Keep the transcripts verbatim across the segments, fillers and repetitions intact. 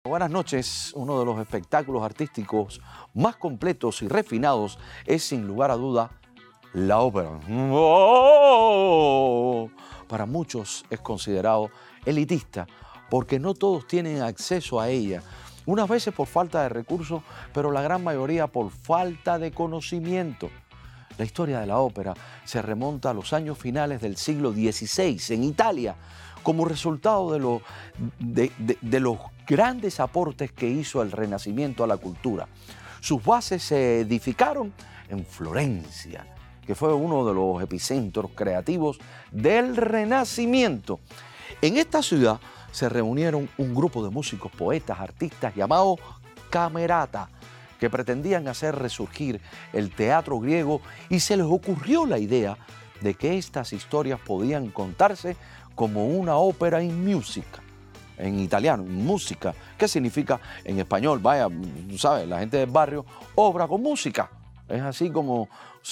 Buenas noches. Uno de los espectáculos artísticos más completos y refinados es, sin lugar a duda, la ópera. ¡Oh! Para muchos es considerado elitista porque no todos tienen acceso a ella, unas veces por falta de recursos, pero la gran mayoría por falta de conocimiento. La historia de la ópera se remonta a los años finales del siglo dieciséis en Italia, como resultado de, lo, de, de, de los grandes aportes que hizo el Renacimiento a la cultura. Sus bases se edificaron en Florencia, que fue uno de los epicentros creativos del Renacimiento. En esta ciudad se reunieron un grupo de músicos, poetas, artistas llamados camerata, que pretendían hacer resurgir el teatro griego, y se les ocurrió la idea de que estas historias podían contarse como una ópera in musica, en italiano, música. ¿Qué significa en español? Vaya, tú sabes, la gente del barrio, obra con música. Es así como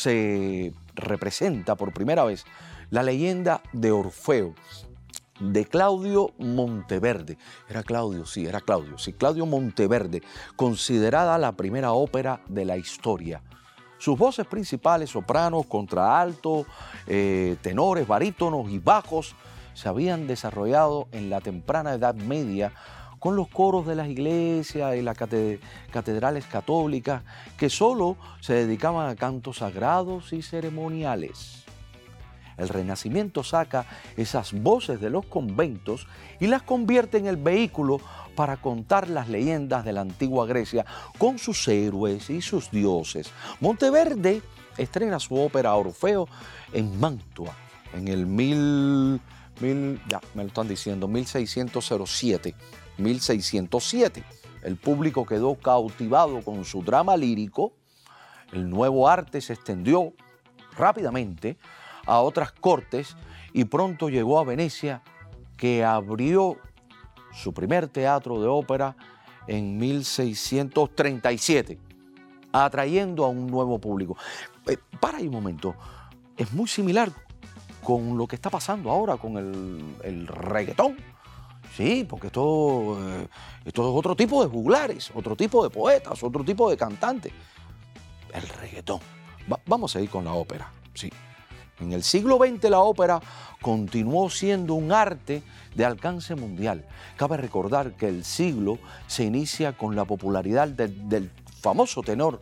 se representa por primera vez la leyenda de Orfeo, de Claudio Monteverde. Era Claudio, sí, era Claudio, sí, Claudio Monteverde, considerada la primera ópera de la historia. Sus voces principales, sopranos, contraalto, eh, tenores, barítonos y bajos, se habían desarrollado en la temprana Edad Media con los coros de las iglesias y las catedrales católicas, que solo se dedicaban a cantos sagrados y ceremoniales. El Renacimiento saca esas voces de los conventos y las convierte en el vehículo para contar las leyendas de la antigua Grecia con sus héroes y sus dioses. Monteverde estrena su ópera Orfeo en Mantua en el mil, mil, ya me lo están diciendo, mil seiscientos siete. mil seiscientos siete. El público quedó cautivado con su drama lírico. El nuevo arte se extendió rápidamente a otras cortes y pronto llegó a Venecia, que abrió su primer teatro de ópera en mil seiscientos treinta y siete, atrayendo a un nuevo público. Eh, para ahí un momento, es muy similar con lo que está pasando ahora con el, el reggaetón. Sí, porque esto, eh, esto es otro tipo de juglares, otro tipo de poetas, otro tipo de cantantes. El reggaetón. Va, vamos a ir con la ópera, sí. En el siglo veinte la ópera continuó siendo un arte de alcance mundial. Cabe recordar que el siglo se inicia con la popularidad de, del famoso tenor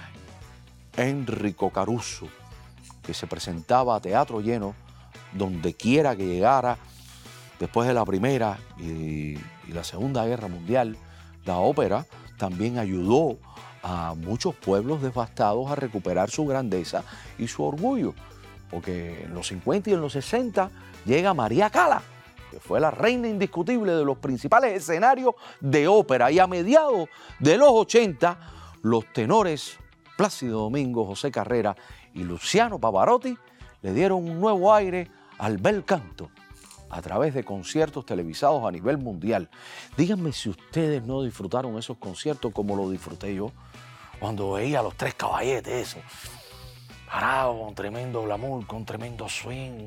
Enrico Caruso, que se presentaba a teatro lleno donde quiera que llegara. Después de la Primera y, y la Segunda Guerra Mundial, la ópera también ayudó a muchos pueblos devastados a recuperar su grandeza y su orgullo. Porque en los cincuenta y en los sesenta llega María Cala, que fue la reina indiscutible de los principales escenarios de ópera. Y a mediados de los ochenta, los tenores Plácido Domingo, José Carrera y Luciano Pavarotti le dieron un nuevo aire al bel canto a través de conciertos televisados a nivel mundial. Díganme si ustedes no disfrutaron esos conciertos como lo disfruté yo, cuando veía a los Tres Caballetes, eso. Parado, con tremendo glamour, con tremendo swing.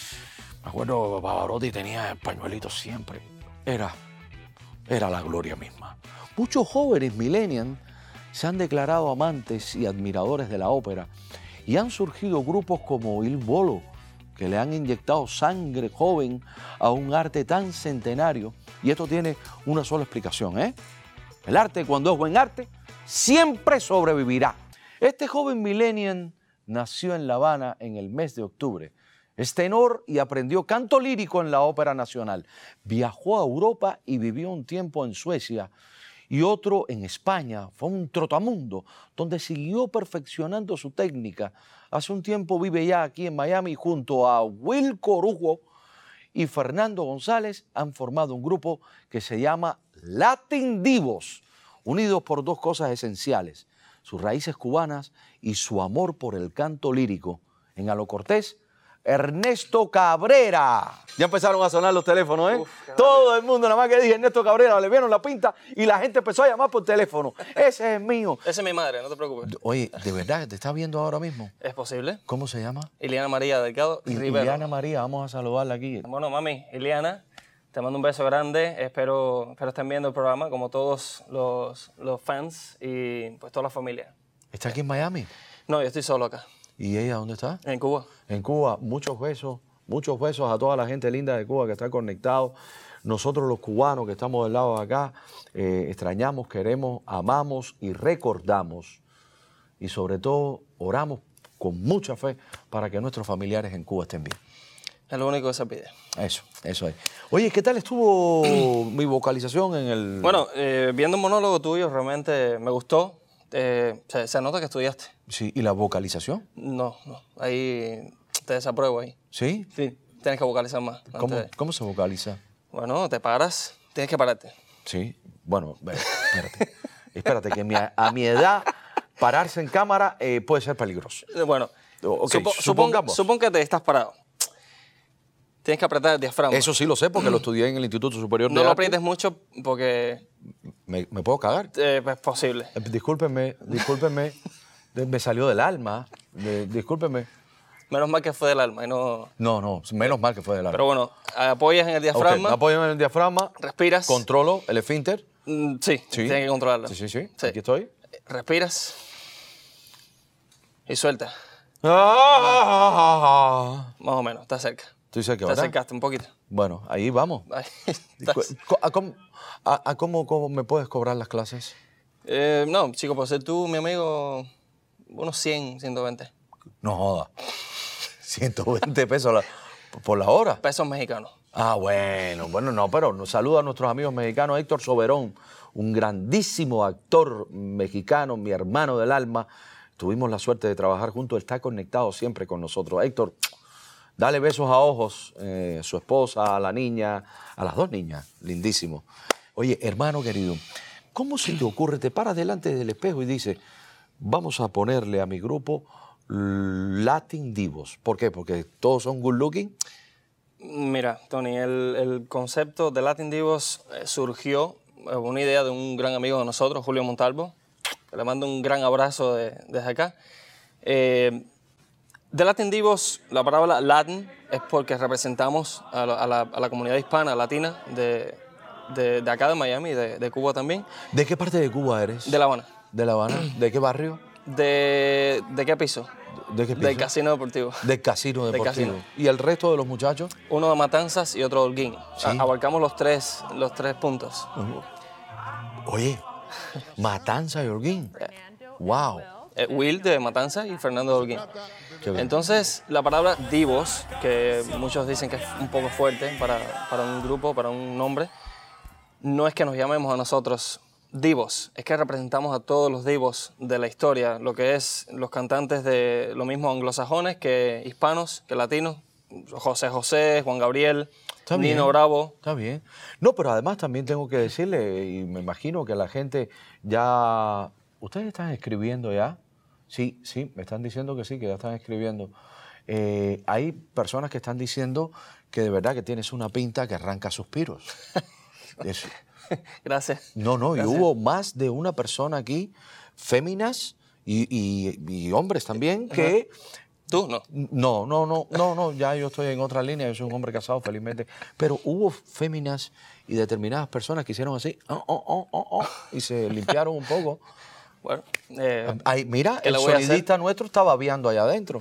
Me acuerdo que Pavarotti tenía el pañuelito siempre. Era, era la gloria misma. Muchos jóvenes millennials se han declarado amantes y admiradores de la ópera y han surgido grupos como Il Volo, que le han inyectado sangre joven a un arte tan centenario. Y esto tiene una sola explicación, ¿eh? El arte, cuando es buen arte, siempre sobrevivirá. Este joven millennial nació en La Habana en el mes de octubre. Es tenor y aprendió canto lírico en la Ópera Nacional. Viajó a Europa y vivió un tiempo en Suecia y otro en España. Fue un trotamundo donde siguió perfeccionando su técnica. Hace un tiempo vive ya aquí en Miami junto a Will Corujo y Fernando González. Han formado un grupo que se llama Latin Divos, unidos por dos cosas esenciales: sus raíces cubanas y su amor por el canto lírico. En A lo Cortés, Ernesto Cabrera. Ya empezaron a sonar los teléfonos, ¿eh? Uf, todo el mundo, nada más que dije Ernesto Cabrera, le vieron la pinta y la gente empezó a llamar por teléfono. Ese es mío. Esa es mi madre, no te preocupes. Oye, ¿de verdad te está viendo ahora mismo? ¿Es posible? ¿Cómo se llama? Ileana María Delgado y Rivero. Ileana María, vamos a saludarla aquí. Bueno, mami, Ileana, Te mando un beso grande. Espero, espero estén viendo el programa, como todos los, los fans y pues toda la familia. ¿Está aquí en Miami? No, yo estoy solo acá. ¿Y ella dónde está? En Cuba. En Cuba. Muchos besos, muchos besos a toda la gente linda de Cuba que está conectado. Nosotros los cubanos que estamos del lado de acá, eh, extrañamos, queremos, amamos y recordamos. Y sobre todo, oramos con mucha fe para que nuestros familiares en Cuba estén bien. Es lo único que se pide. Eso, eso es. Oye, ¿qué tal estuvo mi vocalización en el...? Bueno, eh, viendo un monólogo tuyo, realmente me gustó. Eh, se, se nota que estudiaste. Sí, ¿y la vocalización? No, no. Ahí te desapruebo ahí. ¿Sí? Sí. Tienes que vocalizar más. ¿Cómo, antes de- ¿Cómo se vocaliza? Bueno, te paras. Tienes que pararte. Sí. Bueno, ve, espérate. espérate, que mi- a mi edad pararse en cámara eh, puede ser peligroso. Eh, Bueno, Ok, supo- supon, supongamos. supón que te estás parado. Tienes que apretar el diafragma. Eso sí lo sé porque lo estudié en el Instituto Superior de No lo Arte. aprietes mucho porque ¿Me, me puedo cagar? eh, es posible. Eh, Discúlpenme, discúlpenme. De- Me salió del alma. De- discúlpenme. Menos mal que fue del alma y no... No, no, menos mal que fue del alma. Pero bueno, apoyas en el Ok, diafragma, apoyo en el diafragma. respiras. Controlo el esfínter. Mm, sí, Sí. tienes que controlarlo. Sí, sí, sí, Sí. Aquí estoy. Respiras y suelta. Ah, Más o menos, está cerca. Estoy cerca, Te ¿verdad? acercaste un poquito. Bueno, ahí vamos. Ahí estás. Cu- cu- ¿A, cómo, a- a cómo- cómo me puedes cobrar las clases? Eh, no, chico, por ser tú, mi amigo, unos cien, ciento veinte No joda. ciento veinte pesos la- por la hora. pesos mexicanos. Ah, bueno, bueno, no, pero nos saluda a nuestros amigos mexicanos. Héctor Soberón, un grandísimo actor mexicano, mi hermano del alma. Tuvimos la suerte de trabajar juntos. Él está conectado siempre con nosotros. Héctor, dale besos a ojos, eh, su esposa, a la niña, a las dos niñas, lindísimo. Oye, hermano querido, ¿cómo se te ocurre? Te paras delante del espejo y dices, vamos a ponerle a mi grupo Latin Divos. ¿Por qué? Porque todos son good looking. Mira, Tony, el, el concepto de Latin Divos eh, surgió, eh, una idea de un gran amigo de nosotros, Julio Montalvo. Le mando un gran abrazo de- desde acá. Eh, de Latin Divos, la palabra Latin es porque representamos a la, a la- a la comunidad hispana, latina, de, de- de acá de Miami, de, de Cuba también, ¿De qué parte de Cuba eres? de La Habana. ¿De La Habana? ¿De qué barrio? ¿De, de qué piso? ¿De qué piso? Del Casino Deportivo. Del casino Del deportivo. casino. ¿Y el resto de los muchachos? Uno de Matanzas y otro de Holguín. Sí. A- abarcamos los tres, los tres puntos. Oye, Matanza y Holguín. Wow. Eh, Will de Matanzas y Fernando de Holguín. Qué bien. Entonces, la palabra divos, que muchos dicen que es un poco fuerte para, para un grupo, para un nombre, no es que nos llamemos a nosotros divos, es que representamos a todos los divos de la historia, lo que es los cantantes de lo mismo anglosajones que hispanos, que latinos, José José, Juan Gabriel, Está bien. Nino Bravo. Está bien. No, pero además también tengo que decirle, y me imagino que la gente ya... ¿Ustedes están escribiendo ya? Sí, sí, me están diciendo que sí, que ya están escribiendo. Eh, hay personas que están diciendo que de verdad que tienes una pinta que arranca suspiros. Eso. Gracias. No, no, y Gracias. hubo más de una persona aquí, féminas y, y- y hombres también, que... ¿Tú? No. No, no, no, no, no, ya yo estoy en otra línea, yo soy un hombre casado, felizmente. Pero hubo féminas y determinadas personas que hicieron así, oh, oh, oh, oh, oh, y se limpiaron un poco. Bueno, eh, Ay, mira, ¿Qué el le voy a hacer? sonidista nuestro está babeando allá adentro.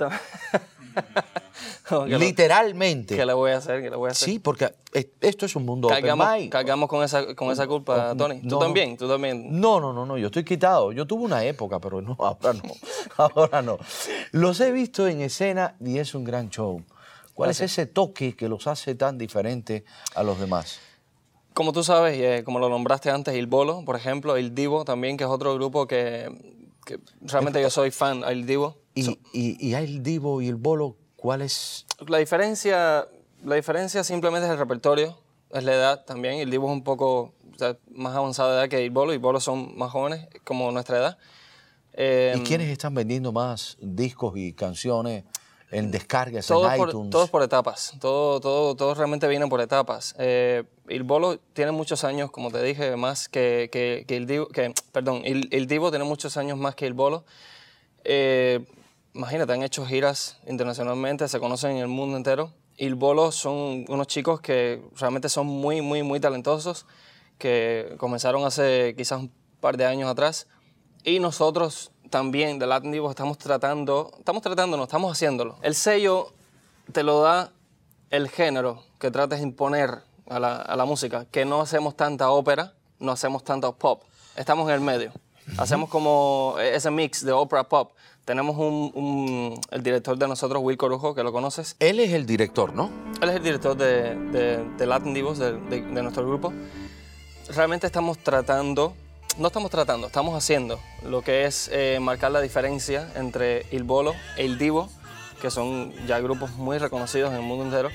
¿qué le- Literalmente. ¿Qué le voy a hacer? ¿Qué le voy a hacer? Sí, porque es- esto es un mundo open Cargamos, mind. cargamos con esa, con esa culpa, Oh, Tony. ¿Tú no, también? ¿Tú también? No, no, no, no, yo estoy quitado. Yo tuve una época, pero no, ahora no. Ahora no. Los he visto en escena y es un gran show. ¿Cuál es ese toque que los hace tan diferentes a los demás? Como tú sabes, y eh, como lo nombraste antes, Il Bolo, por ejemplo, Il Divo también, que es otro grupo que, que realmente yo soy fan, Il Divo. Y, y, y hay el Divo y el Bolo, ¿cuál es? La diferencia, la diferencia simplemente es el repertorio, es la edad también. Il Divo es un poco o sea, más avanzada de edad que Il Bolo, Il Bolo son más jóvenes, como nuestra edad. Eh, ¿Y quiénes están vendiendo más discos y canciones en descargas Todos en por, iTunes? todos por etapas, todo, todo, todo realmente viene por etapas. Eh, Il Bolo tiene muchos años, como te dije, más que, que, que Il Divo, que, perdón, Il, Il Divo tiene muchos años más que Il Bolo. Eh, imagínate, han hecho giras internacionalmente, se conocen en el mundo entero. y el Bolo son unos chicos que realmente son muy, muy, muy talentosos, que comenzaron hace quizás un par de años atrás. Y nosotros también de Latin Divos estamos tratando, estamos tratando, no, estamos haciéndolo. El sello te lo da el género que trates de imponer a la, a la música, que no hacemos tanta ópera, no hacemos tanto pop, estamos en el medio. Uh-huh. Hacemos como ese mix de ópera pop. Tenemos un, un, el director de nosotros, Will Corujo, que lo conoces. Él es el director, ¿no? Él es el director de, de, de Latin Divos, de, de, de nuestro grupo. Realmente estamos tratando, no estamos tratando, estamos haciendo lo que es eh, marcar la diferencia entre el Bolo e el Divo, que son ya grupos muy reconocidos en el mundo entero.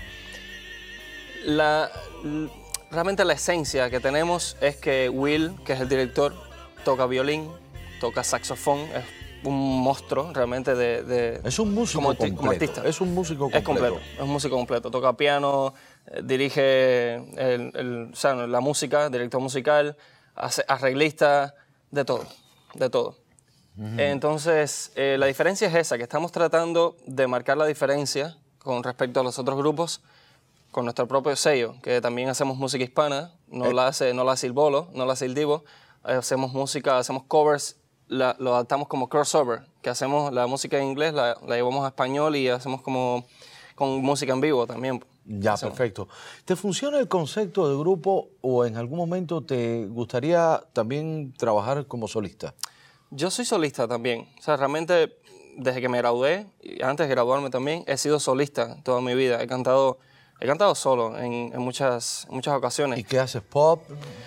La, realmente la esencia que tenemos es que Will, que es el director, toca violín, toca saxofón, es un monstruo realmente de... de es un músico como, completo. Como artista. Es un músico completo. Es completo, es un músico completo. Toca piano, eh, dirige el, el, o sea, la música, director musical, hace, arreglista, de todo, de todo. Uh-huh. Entonces, eh, la diferencia es esa, que estamos tratando de marcar la diferencia con respecto a los otros grupos, con nuestro propio sello, que también hacemos música hispana, no, eh. la, hace, no la hace el Bolo, no la hace el Divo, hacemos música, hacemos covers, la, lo adaptamos como crossover, que hacemos la música en inglés, la, la llevamos a español y hacemos como con música en vivo también. Ya, hacemos. Perfecto. ¿Te funciona el concepto de grupo o en algún momento te gustaría también trabajar como solista? Yo soy solista también. O sea, realmente desde que me gradué, y antes de graduarme también, he sido solista toda mi vida. He cantado, he cantado solo en, en, muchas, en muchas ocasiones. ¿Y qué haces? ¿Pop?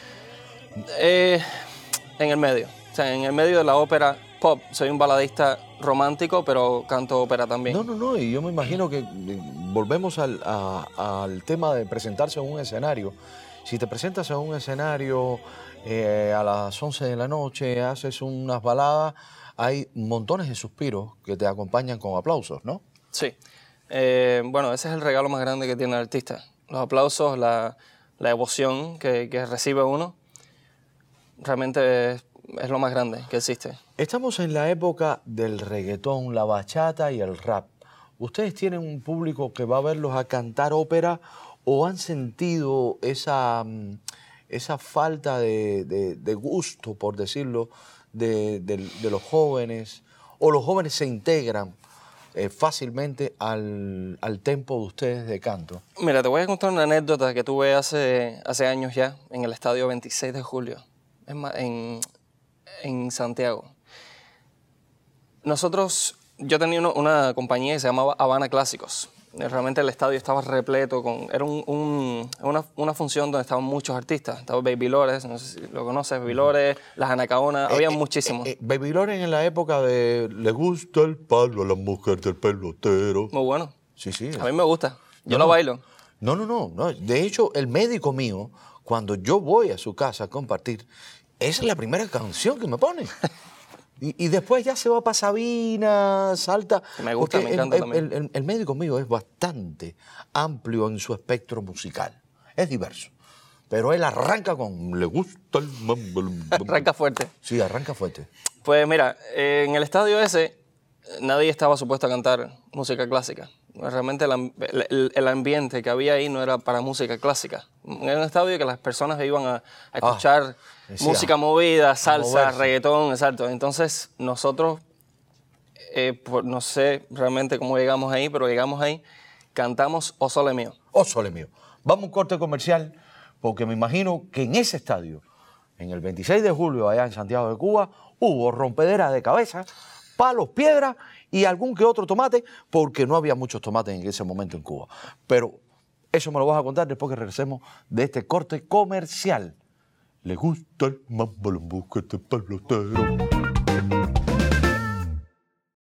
Eh, en el medio. O sea, en el medio de la ópera pop. Soy un baladista romántico, pero canto ópera también. No, no, no. Y yo me imagino que volvemos al, a, al tema de presentarse en un escenario. Si te presentas en un escenario eh, a las once de la noche, haces unas baladas, hay montones de suspiros que te acompañan con aplausos, ¿no? Sí. Eh, bueno, ese es el regalo más grande que tiene el artista. Los aplausos, la, la devoción que, que recibe uno, realmente es, es lo más grande que existe. Estamos en la época del reggaetón, la bachata y el rap. ¿Ustedes tienen un público que va a verlos a cantar ópera o han sentido esa, esa falta de, de, de gusto, por decirlo, de, de, de los jóvenes? ¿O los jóvenes se integran eh, fácilmente al, al tempo de ustedes de canto? Mira, te voy a contar una anécdota que tuve hace, hace años ya en el estadio veintiséis de julio, es más, en, en Santiago. Nosotros, yo tenía una, una compañía que se llamaba Habana Clásicos. Realmente el estadio estaba repleto, con, era un, un, una, una función donde estaban muchos artistas. Estaba Baby Lores, no sé si lo conoces, Baby Lores, Las Anacaonas, eh, había eh, muchísimos. Eh, eh, Baby Lores en la época de Le gusta el palo a la mujer del pelotero. Muy bueno. Sí, sí. A mí me gusta, yo no, lo bailo. No, no, no, no. De hecho, el médico mío, cuando yo voy a su casa a compartir, esa es la primera canción que me pone. Y, y después ya se va para Sabina, salta. Me gusta, me encanta el, también. El, el, el médico mío es bastante amplio en su espectro musical. Es diverso. Pero él arranca con le gusta el mambo. Arranca fuerte. Sí, arranca fuerte. Pues mira, eh, en el estadio ese nadie estaba supuesto a cantar música clásica. Realmente el, el, el ambiente que había ahí no era para música clásica. Era un estadio que las personas iban a, a escuchar ah, decía, música movida, salsa, reggaetón, exacto. Entonces nosotros, eh, por, no sé realmente cómo llegamos ahí, pero llegamos ahí, cantamos O Sole Mío. O Sole Mío. Vamos a un corte comercial, porque me imagino que en ese estadio, en el veintiséis de julio, allá en Santiago de Cuba, hubo rompedera de cabeza, palos, piedras y algún que otro tomate, porque no había muchos tomates en ese momento en Cuba. Pero eso me lo vas a contar después que regresemos de este corte comercial. Le gusta el mambo, el pelotero.